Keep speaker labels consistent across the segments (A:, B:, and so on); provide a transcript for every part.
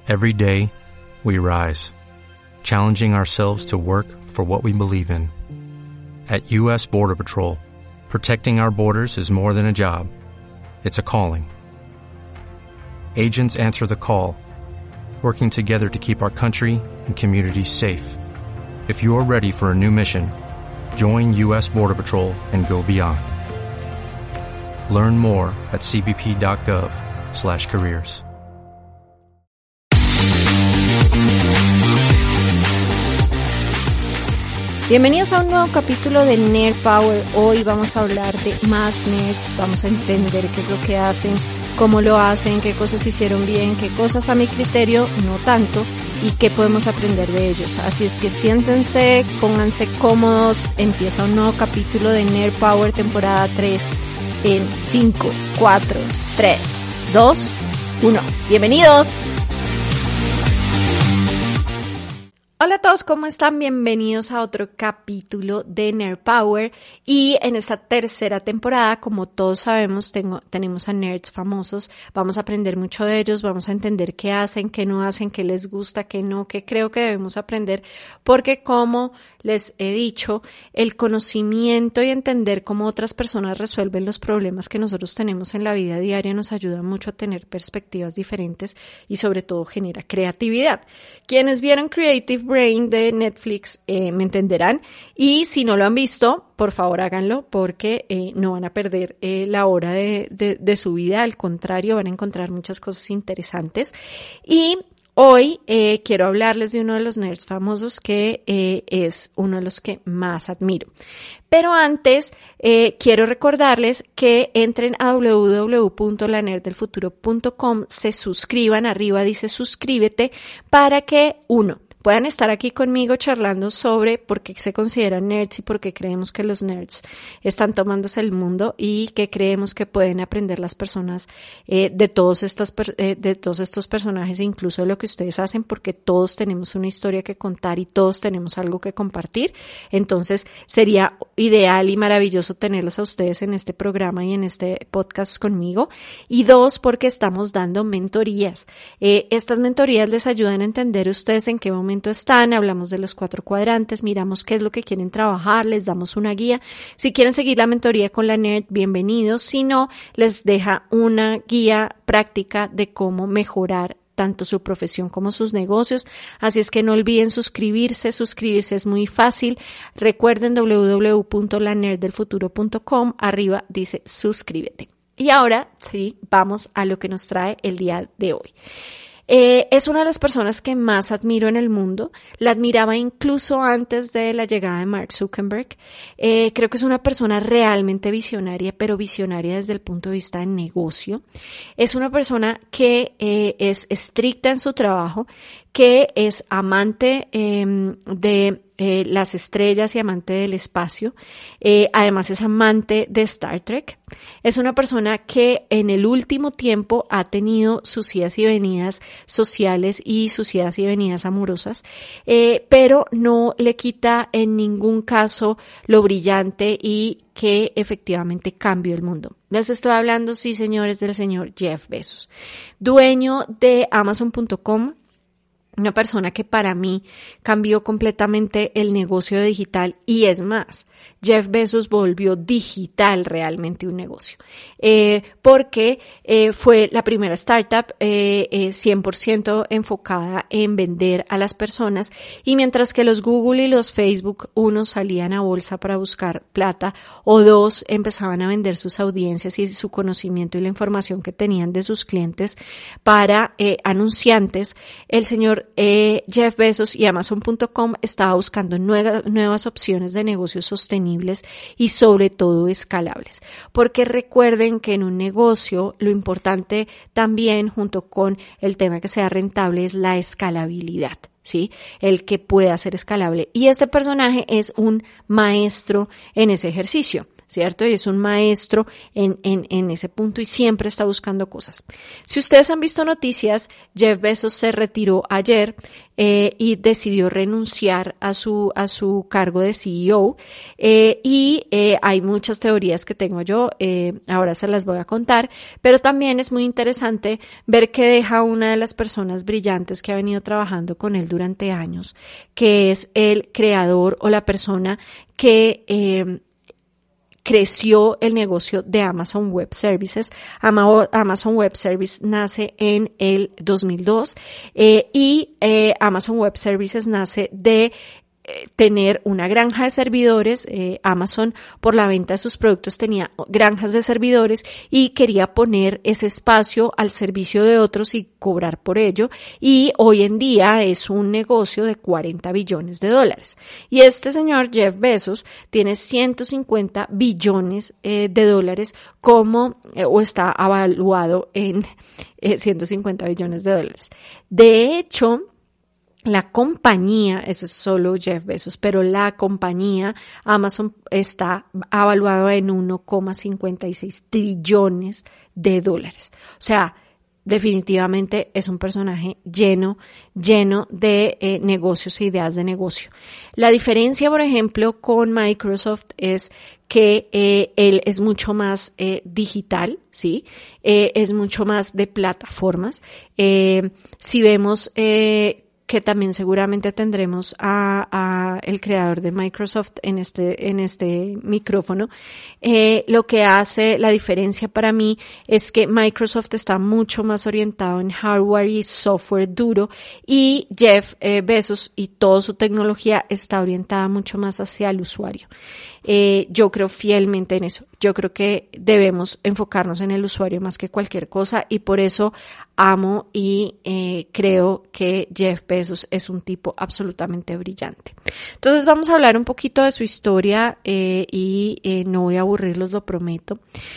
A: Every day, we rise, challenging ourselves to work for what we believe in. At U.S. Border Patrol, protecting our borders is more than a job. It's a calling. Agents answer the call, working together to keep our country and communities safe. If you're ready for a new mission, join U.S. Border Patrol and go beyond. Learn more at cbp.gov/careers.
B: Bienvenidos a un nuevo capítulo de Nerd Power. Hoy vamos a hablar de más nerds, vamos a entender qué es lo que hacen, cómo lo hacen, qué cosas hicieron bien, qué cosas a mi criterio no tanto y qué podemos aprender de ellos. Así es que siéntense, pónganse cómodos, empieza un nuevo capítulo de Nerd Power temporada 3 en 5, 4, 3, 2, 1. ¡Bienvenidos! Hola a todos, ¿cómo están? Bienvenidos a otro capítulo de Nerd Power y en esta tercera temporada, como todos sabemos, tenemos a nerds famosos, vamos a aprender mucho de ellos, vamos a entender qué hacen, qué no hacen, qué les gusta, qué no, qué creo que debemos aprender, porque como les he dicho, el conocimiento y entender cómo otras personas resuelven los problemas que nosotros tenemos en la vida diaria nos ayuda mucho a tener perspectivas diferentes y sobre todo genera creatividad. Quienes vieron Creative Brain de Netflix me entenderán y si no lo han visto, por favor háganlo porque no van a perder la hora de su vida, al contrario van a encontrar muchas cosas interesantes. Y hoy quiero hablarles de uno de los nerds famosos que es uno de los que más admiro. Pero antes quiero recordarles que entren a www.lanerddelfuturo.com, se suscriban, arriba dice suscríbete, para que puedan estar aquí conmigo charlando sobre por qué se consideran nerds y por qué creemos que los nerds están tomándose el mundo y que creemos que pueden aprender las personas de todos estos personajes e incluso de lo que ustedes hacen, porque todos tenemos una historia que contar y todos tenemos algo que compartir. Entonces sería ideal y maravilloso tenerlos a ustedes en este programa y en este podcast conmigo. Y dos, porque estamos dando mentorías. Estas mentorías les ayudan a entender ustedes en qué momento están, hablamos de los 4 cuadrantes, miramos qué es lo que quieren trabajar, les damos una guía. Si quieren seguir la mentoría con la Nerd, bienvenidos. Si no, les deja una guía práctica de cómo mejorar tanto su profesión como sus negocios. Así es que no olviden suscribirse es muy fácil. Recuerden www.lanerddelfuturo.com, arriba dice suscríbete. Y ahora sí, vamos a lo que nos trae el día de hoy. Es una de las personas que más admiro en el mundo. La admiraba incluso antes de la llegada de Mark Zuckerberg. Creo que es una persona realmente visionaria, pero visionaria desde el punto de vista de negocio. Es una persona que es estricta en su trabajo, que es amante de las estrellas y amante del espacio. Además es amante de Star Trek. Es una persona que en el último tiempo ha tenido sus idas y venidas sociales y sus idas y venidas amorosas, pero no le quita en ningún caso lo brillante y que efectivamente cambió el mundo. Les estoy hablando, sí señores, del señor Jeff Bezos, dueño de Amazon.com. Una persona que para mí cambió completamente el negocio digital y es más, Jeff Bezos volvió digital realmente un negocio, porque fue la primera startup 100% enfocada en vender a las personas y mientras que los Google y los Facebook, unos salían a bolsa para buscar plata o dos empezaban a vender sus audiencias y su conocimiento y la información que tenían de sus clientes para anunciantes, el señor Jeff Bezos y Amazon.com estaba buscando nuevas opciones de negocios sostenibles y sobre todo escalables. Porque recuerden que en un negocio lo importante también junto con el tema que sea rentable es la escalabilidad. ¿Sí? El que pueda ser escalable. Y este personaje es un maestro en ese ejercicio. ¿cierto? Y es un maestro en ese punto y siempre está buscando cosas. Si ustedes han visto noticias, Jeff Bezos se retiró ayer y decidió renunciar a su cargo de CEO y hay muchas teorías que tengo yo, ahora se las voy a contar, pero también es muy interesante ver que deja una de las personas brillantes que ha venido trabajando con él durante años, que es el creador o la persona que creció el negocio de Amazon Web Services. Amazon Web Services nace en el 2002 y Amazon Web Services nace de tener una granja de servidores. Amazon, por la venta de sus productos, tenía granjas de servidores y quería poner ese espacio al servicio de otros y cobrar por ello, y hoy en día es un negocio de $40 billones. Y este señor Jeff Bezos tiene 150 billones de dólares o está evaluado en 150 billones de dólares. De hecho, la compañía, eso es solo Jeff Bezos, pero la compañía Amazon está evaluada en 1,56 trillones de dólares. O sea, definitivamente es un personaje lleno de negocios e ideas de negocio. La diferencia, por ejemplo, con Microsoft es que él es mucho más digital, ¿sí? Es mucho más de plataformas. Si vemos que también seguramente tendremos a el creador de Microsoft en este micrófono. Lo que hace la diferencia para mí es que Microsoft está mucho más orientado en hardware y software duro, y Jeff Bezos y toda su tecnología está orientada mucho más hacia el usuario. Yo creo fielmente en eso. Yo creo que debemos enfocarnos en el usuario más que cualquier cosa, y por eso amo y creo que Jeff Bezos es un tipo absolutamente brillante. Entonces vamos a hablar un poquito de su historia y no voy a aburrirlos, lo prometo.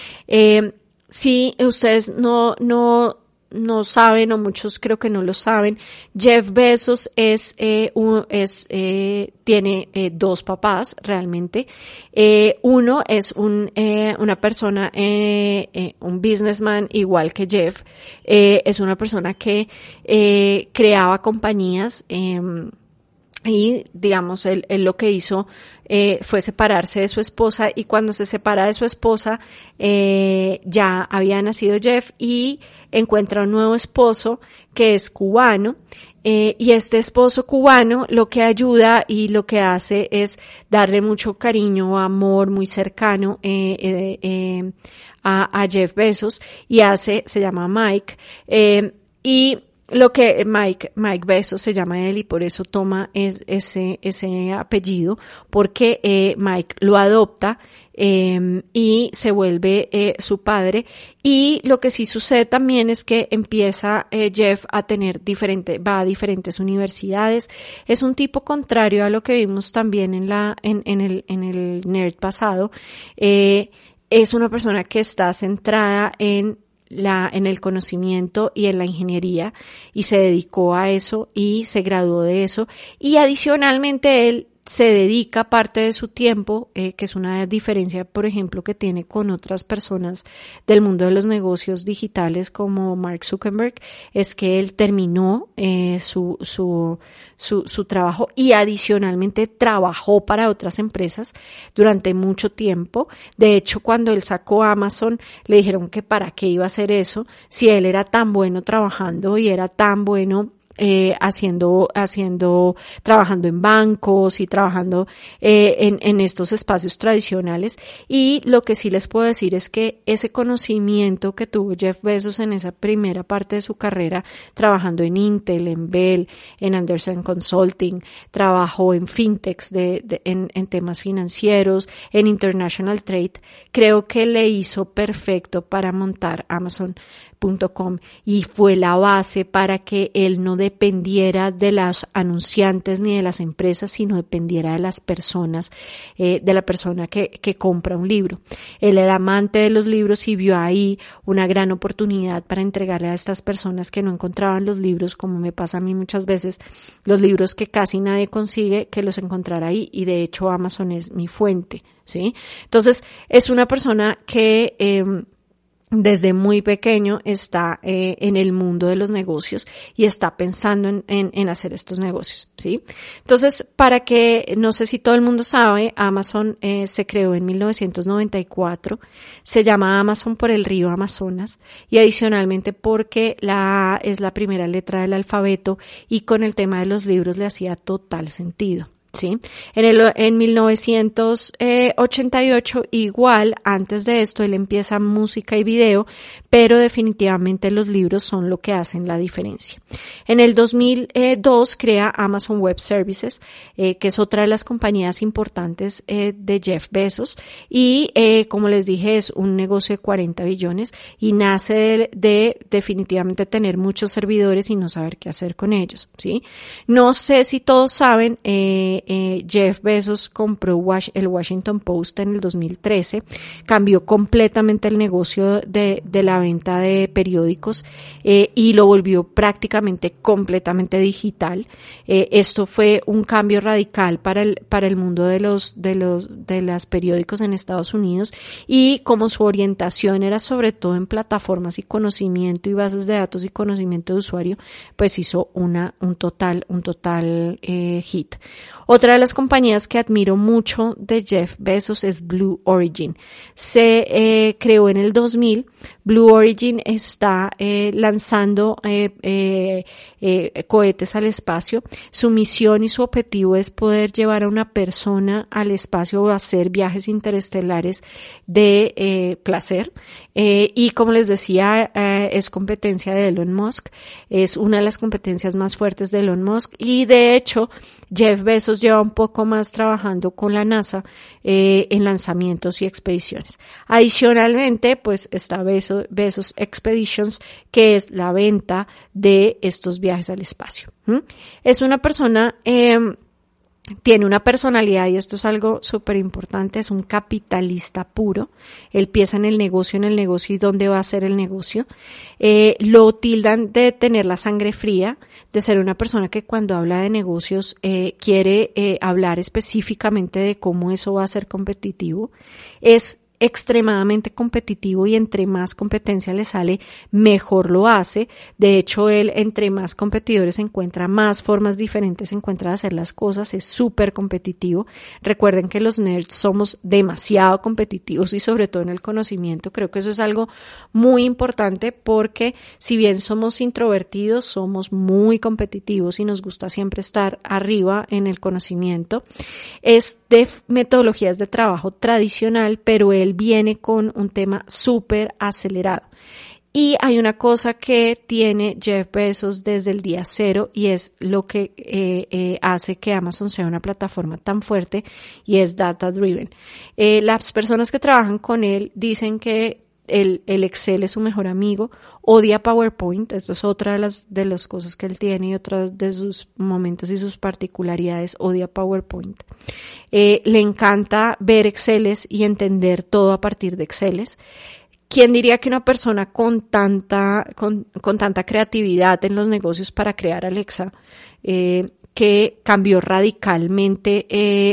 B: Si ustedes no saben, o muchos creo que no lo saben, Jeff Bezos tiene dos papás realmente. Uno es una persona, un businessman igual que Jeff. Es una persona que creaba compañías y digamos él lo que hizo fue separarse de su esposa, y cuando se separa de su esposa ya había nacido Jeff y encuentra un nuevo esposo que es cubano, y este esposo cubano lo que ayuda y lo que hace es darle mucho cariño, amor muy cercano a Jeff Bezos, y se llama Mike, y lo que Mike Bezos se llama él, y por eso toma ese apellido, porque Mike lo adopta y se vuelve su padre. Y lo que sí sucede también es que empieza Jeff a va a diferentes universidades. Es un tipo contrario a lo que vimos también en el nerd pasado. Es una persona que está centrada en el conocimiento y en la ingeniería, y se dedicó a eso y se graduó de eso, y adicionalmente él se dedica parte de su tiempo, que es una diferencia, por ejemplo, que tiene con otras personas del mundo de los negocios digitales como Mark Zuckerberg, es que él terminó su trabajo y adicionalmente trabajó para otras empresas durante mucho tiempo. De hecho, cuando él sacó Amazon, le dijeron que para qué iba a hacer eso si él era tan bueno trabajando y era tan bueno trabajando en bancos y trabajando en estos espacios tradicionales. Y lo que sí les puedo decir es que ese conocimiento que tuvo Jeff Bezos en esa primera parte de su carrera, trabajando en Intel, en Bell, en Andersen Consulting, trabajó en fintechs en temas financieros, en International Trade, creo que le hizo perfecto para montar Amazon. y fue la base para que él no dependiera de las anunciantes ni de las empresas, sino dependiera de las personas, de la persona que compra un libro. Él era amante de los libros y vio ahí una gran oportunidad para entregarle a estas personas que no encontraban los libros, como me pasa a mí muchas veces, los libros que casi nadie consigue, que los encontrara ahí, y de hecho Amazon es mi fuente, ¿sí? Entonces, es una persona que desde muy pequeño está en el mundo de los negocios y está pensando en hacer estos negocios, ¿sí? Entonces, para que, no sé si todo el mundo sabe, Amazon se creó en 1994, se llama Amazon por el río Amazonas y adicionalmente porque la A es la primera letra del alfabeto y con el tema de los libros le hacía total sentido. ¿Sí? En 1988, igual, antes de esto, él empieza música y video, pero definitivamente los libros son lo que hacen la diferencia. En el 2002 crea Amazon Web Services, que es otra de las compañías importantes de Jeff Bezos, y como les dije, es un negocio de 40 billones y nace de definitivamente tener muchos servidores y no saber qué hacer con ellos, ¿sí? No sé si todos saben, Jeff Bezos compró el Washington Post en el 2013, cambió completamente el negocio de la venta de periódicos y lo volvió prácticamente completamente digital. Esto fue un cambio radical para el mundo de las periódicos en Estados Unidos, y como su orientación era sobre todo en plataformas y conocimiento y bases de datos y conocimiento de usuario, pues hizo un total hit. Otra de las compañías que admiro mucho de Jeff Bezos es Blue Origin. Se creó en el 2000. Blue Origin está lanzando cohetes al espacio. Su misión y su objetivo es poder llevar a una persona al espacio o hacer viajes interestelares de placer. Y como les decía, es competencia de Elon Musk. Es una de las competencias más fuertes de Elon Musk, y de hecho Jeff Bezos lleva un poco más trabajando con la NASA en lanzamientos y expediciones. Adicionalmente, pues está Bezos Expeditions, que es la venta de estos viajes al espacio. Es una persona, tiene una personalidad, y esto es algo súper importante, es un capitalista puro. Él piensa en el negocio y dónde va a ser el negocio. Lo tildan de tener la sangre fría, de ser una persona que cuando habla de negocios quiere hablar específicamente de cómo eso va a ser competitivo. Es extremadamente competitivo y entre más competencia le sale, mejor lo hace. De hecho, él entre más competidores encuentra, más formas diferentes encuentra de hacer las cosas. Es súper competitivo. Recuerden que los nerds somos demasiado competitivos y sobre todo en el conocimiento. Creo que eso es algo muy importante porque si bien somos introvertidos, somos muy competitivos y nos gusta siempre estar arriba en el conocimiento. Es de metodologías de trabajo tradicional, pero él viene con un tema súper acelerado. Y hay una cosa que tiene Jeff Bezos desde el día cero, y es lo que hace que Amazon sea una plataforma tan fuerte, y es data driven. Las personas que trabajan con él dicen que el Excel es su mejor amigo, odia PowerPoint. Esto es otra de las cosas que él tiene y otra de sus momentos y sus particularidades, odia PowerPoint. Le encanta ver Exceles y entender todo a partir de Exceles. ¿Quién diría que una persona con tanta creatividad en los negocios para crear Alexa, que cambió radicalmente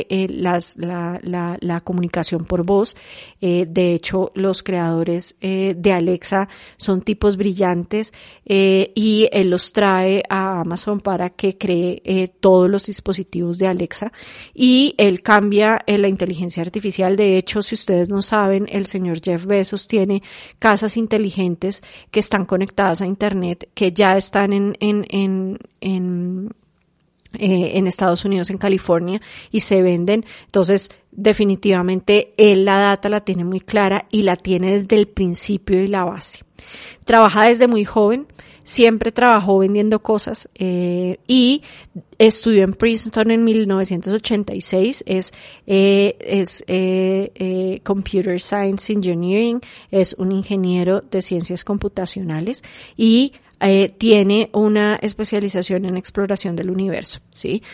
B: la comunicación por voz? De hecho, los creadores de Alexa son tipos brillantes, y él los trae a Amazon para que cree todos los dispositivos de Alexa, y él cambia la inteligencia artificial. De hecho, si ustedes no saben, el señor Jeff Bezos tiene casas inteligentes que están conectadas a internet, que ya están en Estados Unidos, en California, y se venden. Entonces, definitivamente, él la data la tiene muy clara y la tiene desde el principio y la base. Trabaja desde muy joven. siempre trabajó vendiendo cosas y estudió en Princeton en 1986, es Computer Science Engineering, es un ingeniero de ciencias computacionales y tiene una especialización en exploración del universo, ¿sí?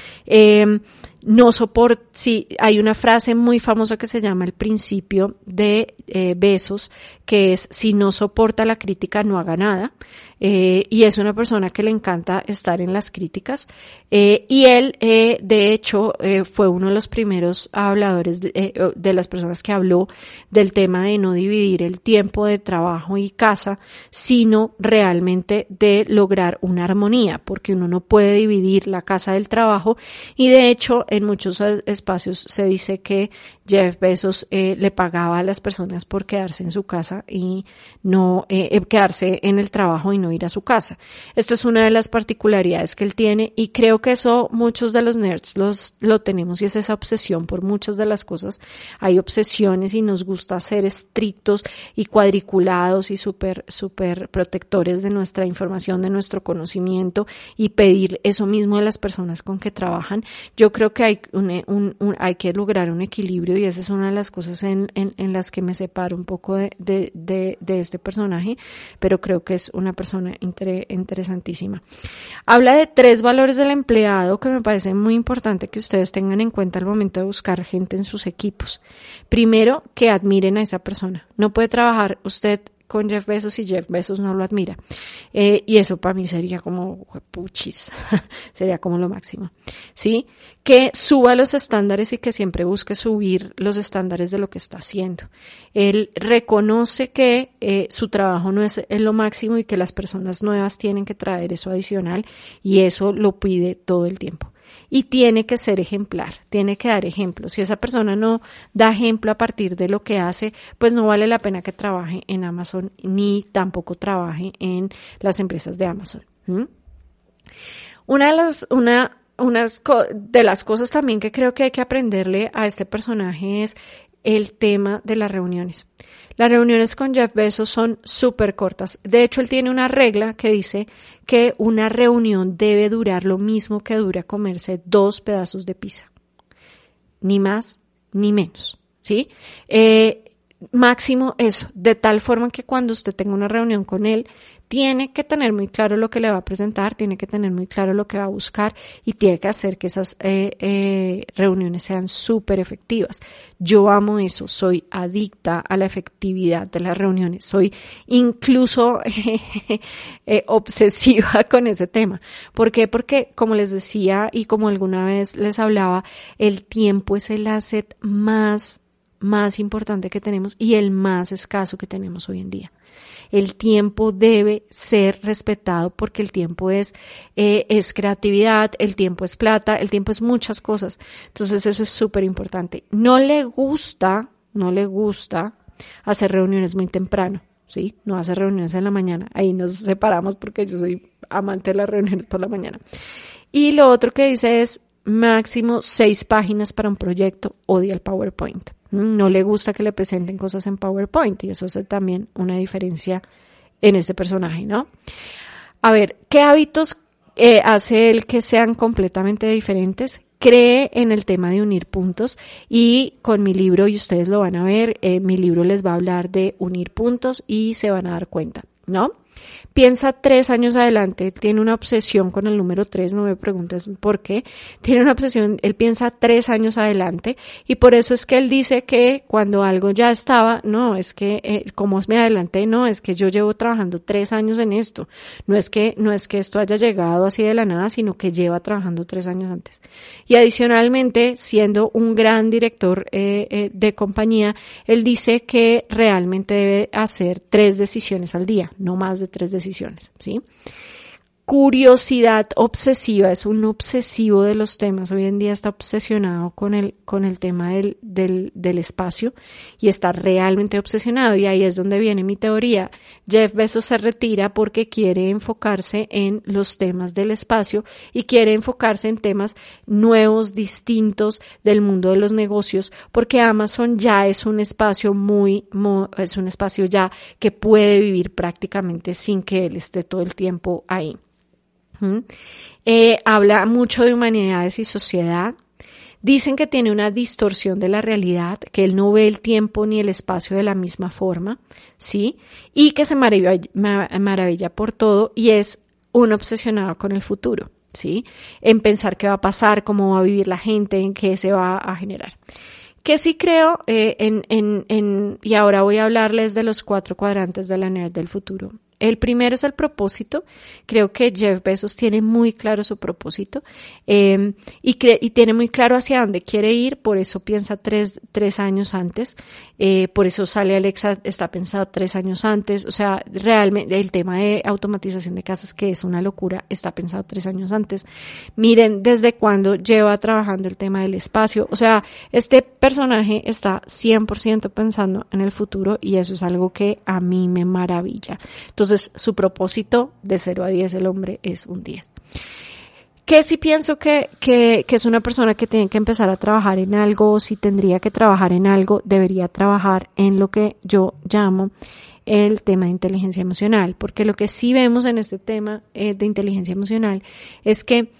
B: Sí, hay una frase muy famosa que se llama el principio de Bezos, que es: si no soporta la crítica, no haga nada. Y es una persona que le encanta estar en las críticas. Y él, de hecho, fue uno de los primeros habladores de las personas que habló del tema de no dividir el tiempo de trabajo y casa, sino realmente de lograr una armonía, porque uno no puede dividir la casa del trabajo. Y de hecho, en muchos espacios se dice que Jeff Bezos le pagaba a las personas por quedarse en su casa y no quedarse en el trabajo y no ir a su casa. Esto es una de las particularidades que él tiene y creo que eso muchos de los nerds lo tenemos, y es esa obsesión por muchas de las cosas. Hay obsesiones y nos gusta ser estrictos y cuadriculados y súper protectores de nuestra información, de nuestro conocimiento, y pedir eso mismo de las personas con que trabajan. Yo creo que hay que lograr un equilibrio, y esa es una de las cosas en las que me separo un poco de este personaje, pero creo que es una persona interesantísima. Habla de 3 valores del empleado que me parece muy importante que ustedes tengan en cuenta al momento de buscar gente en sus equipos. Primero, que admiren a esa persona. No puede trabajar usted con Jeff Bezos y Jeff Bezos no lo admira. Y eso para mí sería como puchis, sería como lo máximo. ¿Sí? Que suba los estándares y que siempre busque subir los estándares de lo que está haciendo. Él reconoce que su trabajo no es lo máximo y que las personas nuevas tienen que traer eso adicional, y eso lo pide todo el tiempo. Y tiene que ser ejemplar, tiene que dar ejemplo. Si esa persona no da ejemplo a partir de lo que hace, pues no vale la pena que trabaje en Amazon ni tampoco trabaje en las empresas de Amazon. Una de las cosas también que creo que hay que aprenderle a este personaje es el tema de las reuniones. Las reuniones con Jeff Bezos son súper cortas. De hecho, él tiene una regla que dice que una reunión debe durar lo mismo que dura comerse 2 pedazos de pizza. Ni más ni menos, ¿sí? Máximo eso, de tal forma que cuando usted tenga una reunión con él, tiene que tener muy claro lo que le va a presentar, tiene que tener muy claro lo que va a buscar y tiene que hacer que esas reuniones sean súper efectivas. Yo amo eso, soy adicta a la efectividad de las reuniones, soy incluso obsesiva con ese tema. ¿Por qué? Porque, como les decía y como alguna vez les hablaba, el tiempo es el asset más importante que tenemos y el más escaso que tenemos hoy en día. El tiempo debe ser respetado porque el tiempo es creatividad, el tiempo es plata, el tiempo es muchas cosas. Entonces eso es súper importante. No le gusta hacer reuniones muy temprano, ¿sí? No hacer reuniones en la mañana. Ahí nos separamos porque yo soy amante de las reuniones por la mañana. Y lo otro que dice es máximo 6 páginas para un proyecto, odia el PowerPoint. No le gusta que le presenten cosas en PowerPoint y eso hace también una diferencia en este personaje, ¿no? A ver, ¿qué hábitos hace él que sean completamente diferentes? Cree en el tema de unir puntos y con mi libro, y ustedes lo van a ver, mi libro les va a hablar de unir puntos y se van a dar cuenta, ¿no? Piensa 3 años adelante, tiene una obsesión con el número 3, no me preguntes por qué, tiene una obsesión, él piensa 3 años adelante y por eso es que él dice que cuando algo ya estaba, no, es que como me adelanté, no, es que yo llevo trabajando 3 años en esto, no es que esto haya llegado así de la nada, sino que lleva trabajando 3 años antes. Y adicionalmente, siendo un gran director de compañía, él dice que realmente debe hacer 3 decisiones al día, no más de 3 decisiones, ¿sí? curiosidad obsesiva, es un obsesivo de los temas. Hoy en día está obsesionado con el tema del espacio y está realmente obsesionado, y ahí es donde viene mi teoría. Jeff Bezos se retira porque quiere enfocarse en los temas del espacio y quiere enfocarse en temas nuevos, distintos del mundo de los negocios, porque Amazon ya es un espacio es un espacio ya que puede vivir prácticamente sin que él esté todo el tiempo ahí. Habla mucho de humanidades y sociedad. Dicen que tiene una distorsión de la realidad, que él no ve el tiempo ni el espacio de la misma forma, ¿sí? Y que se maravilla por todo y es un obsesionado con el futuro, ¿sí? En pensar qué va a pasar, cómo va a vivir la gente, en qué se va a generar. Que sí creo y ahora voy a hablarles de los 4 cuadrantes de la nerd del futuro. El primero es el propósito. Creo que Jeff Bezos tiene muy claro su propósito y tiene muy claro hacia dónde quiere ir, por eso piensa 3 años antes, por eso sale Alexa, está pensado 3 años antes, o sea, realmente el tema de automatización de casas, que es una locura, está pensado 3 años antes. Miren desde cuándo lleva trabajando el tema del espacio, o sea, este personaje está 100% pensando en el futuro y eso es algo que a mí me maravilla. Entonces, su propósito de 0 a 10, el hombre es un 10. Que sí pienso que es una persona que tiene que empezar a trabajar en algo, si tendría que trabajar en algo, debería trabajar en lo que yo llamo el tema de inteligencia emocional, porque lo que sí vemos en este tema de inteligencia emocional es que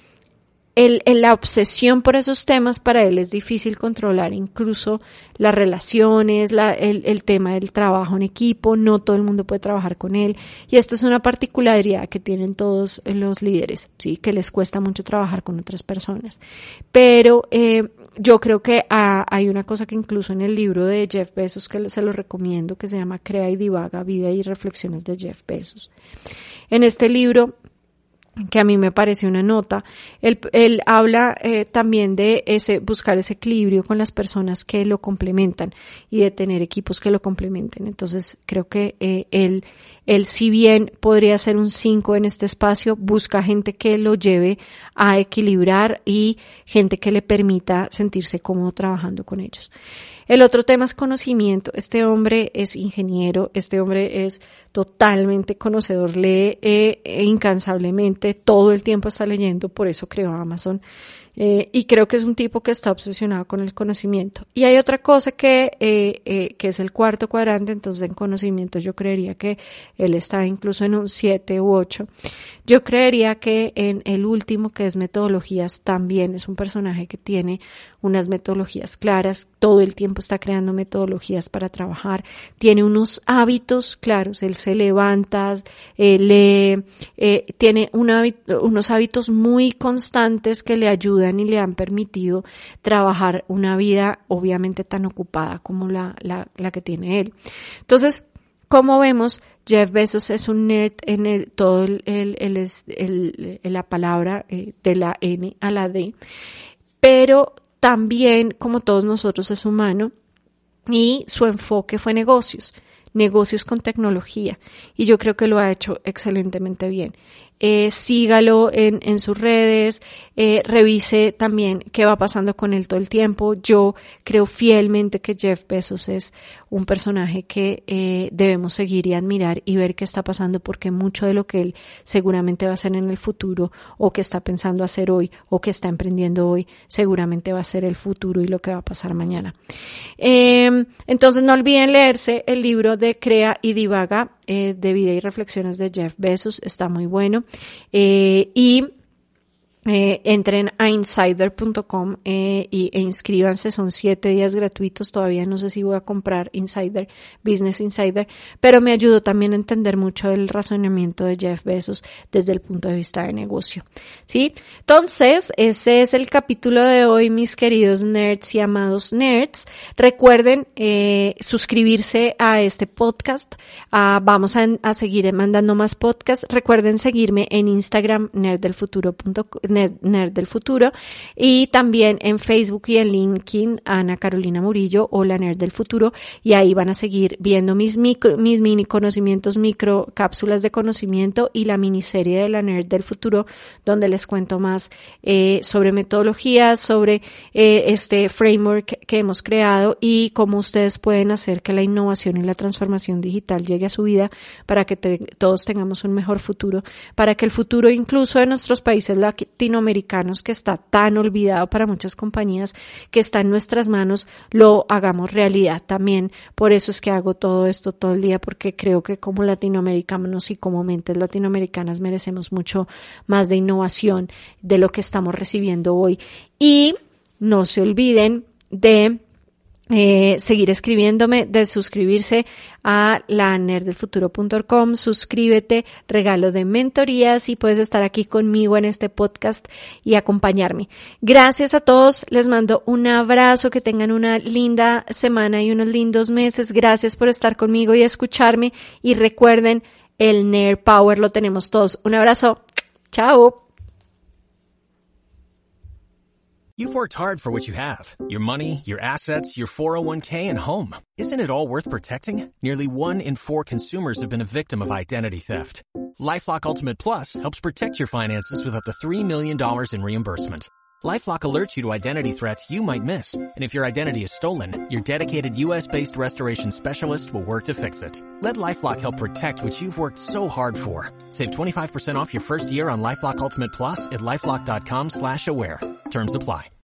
B: la obsesión por esos temas para él es difícil controlar, incluso las relaciones, el tema del trabajo en equipo, no todo el mundo puede trabajar con él, y esto es una particularidad que tienen todos los líderes, sí, que les cuesta mucho trabajar con otras personas. Pero yo creo que hay una cosa que incluso en el libro de Jeff Bezos, que se lo recomiendo, que se llama Crea y Divaga, Vida y Reflexiones de Jeff Bezos. En este libro, que a mí me parece una nota, él habla también de buscar ese equilibrio con las personas que lo complementan y de tener equipos que lo complementen. Entonces creo que él si bien podría ser un 5 en este espacio, busca gente que lo lleve a equilibrar y gente que le permita sentirse cómodo trabajando con ellos. El otro tema es conocimiento. Este hombre es ingeniero, este hombre es totalmente conocedor, lee incansablemente, todo el tiempo está leyendo, por eso creó Amazon. Y creo que es un tipo que está obsesionado con el conocimiento. Y hay otra cosa que es el 4 cuadrante, entonces en conocimiento yo creería que él está incluso en un 7 u 8. Yo creería que en el último, que es metodologías, también es un personaje que tiene unas metodologías claras, todo el tiempo está creando metodologías para trabajar, tiene unos hábitos claros, él se levanta, lee, tiene unos hábitos muy constantes que le ayudan y le han permitido trabajar una vida obviamente tan ocupada como la que tiene él. Entonces, como vemos, Jeff Bezos es un nerd en todo la palabra de la N a la D, pero también, como todos nosotros, es humano y su enfoque fue negocios con tecnología, y yo creo que lo ha hecho excelentemente bien. Sígalo en sus redes, revise también qué va pasando con él todo el tiempo. Yo creo fielmente que Jeff Bezos es un personaje que debemos seguir y admirar y ver qué está pasando, porque mucho de lo que él seguramente va a hacer en el futuro, o que está pensando hacer hoy, o que está emprendiendo hoy, seguramente va a ser el futuro y lo que va a pasar mañana. Entonces no olviden leerse el libro de Crea y Divaga, de Vida y Reflexiones de Jeff Bezos, está muy bueno. Entren a insider.com e inscríbanse, son 7 días gratuitos. Todavía no sé si voy a comprar Business Insider, pero me ayudó también a entender mucho el razonamiento de Jeff Bezos desde el punto de vista de negocio, ¿sí? Entonces, ese es el capítulo de hoy, mis queridos nerds y amados nerds. Recuerden suscribirse a este podcast. Vamos a seguir mandando más podcasts. Recuerden seguirme en Instagram, nerddelfuturo.com, Nerd del Futuro, y también en Facebook y en LinkedIn, Ana Carolina Murillo o la Nerd del Futuro, y ahí van a seguir viendo mis mini conocimientos, micro cápsulas de conocimiento y la miniserie de la Nerd del Futuro, donde les cuento más sobre metodologías, sobre este framework que hemos creado y cómo ustedes pueden hacer que la innovación y la transformación digital llegue a su vida para que todos tengamos un mejor futuro, para que el futuro incluso de nuestros países latinoamericanos, que está tan olvidado para muchas compañías, que está en nuestras manos, lo hagamos realidad también. Por eso es que hago todo esto todo el día, porque creo que como latinoamericanos y como mentes latinoamericanas merecemos mucho más de innovación de lo que estamos recibiendo hoy. Y no se olviden de seguir escribiéndome, de suscribirse a lanerddelfuturo.com, suscríbete, regalo de mentorías, y puedes estar aquí conmigo en este podcast y acompañarme. Gracias a todos, les mando un abrazo, que tengan una linda semana y unos lindos meses. Gracias por estar conmigo y escucharme, y recuerden, el Nerd Power lo tenemos todos. Un abrazo, chao.
C: You've worked hard for what you have. Your money, your assets, your 401k, and home. Isn't it all worth protecting? Nearly 1 in 4 consumers have been a victim of identity theft. LifeLock Ultimate Plus helps protect your finances with up to $3 million in reimbursement. LifeLock alerts you to identity threats you might miss. And if your identity is stolen, your dedicated U.S.-based restoration specialist will work to fix it. Let LifeLock help protect what you've worked so hard for. Save 25% off your first year on LifeLock Ultimate Plus at LifeLock.com/aware. Terms apply.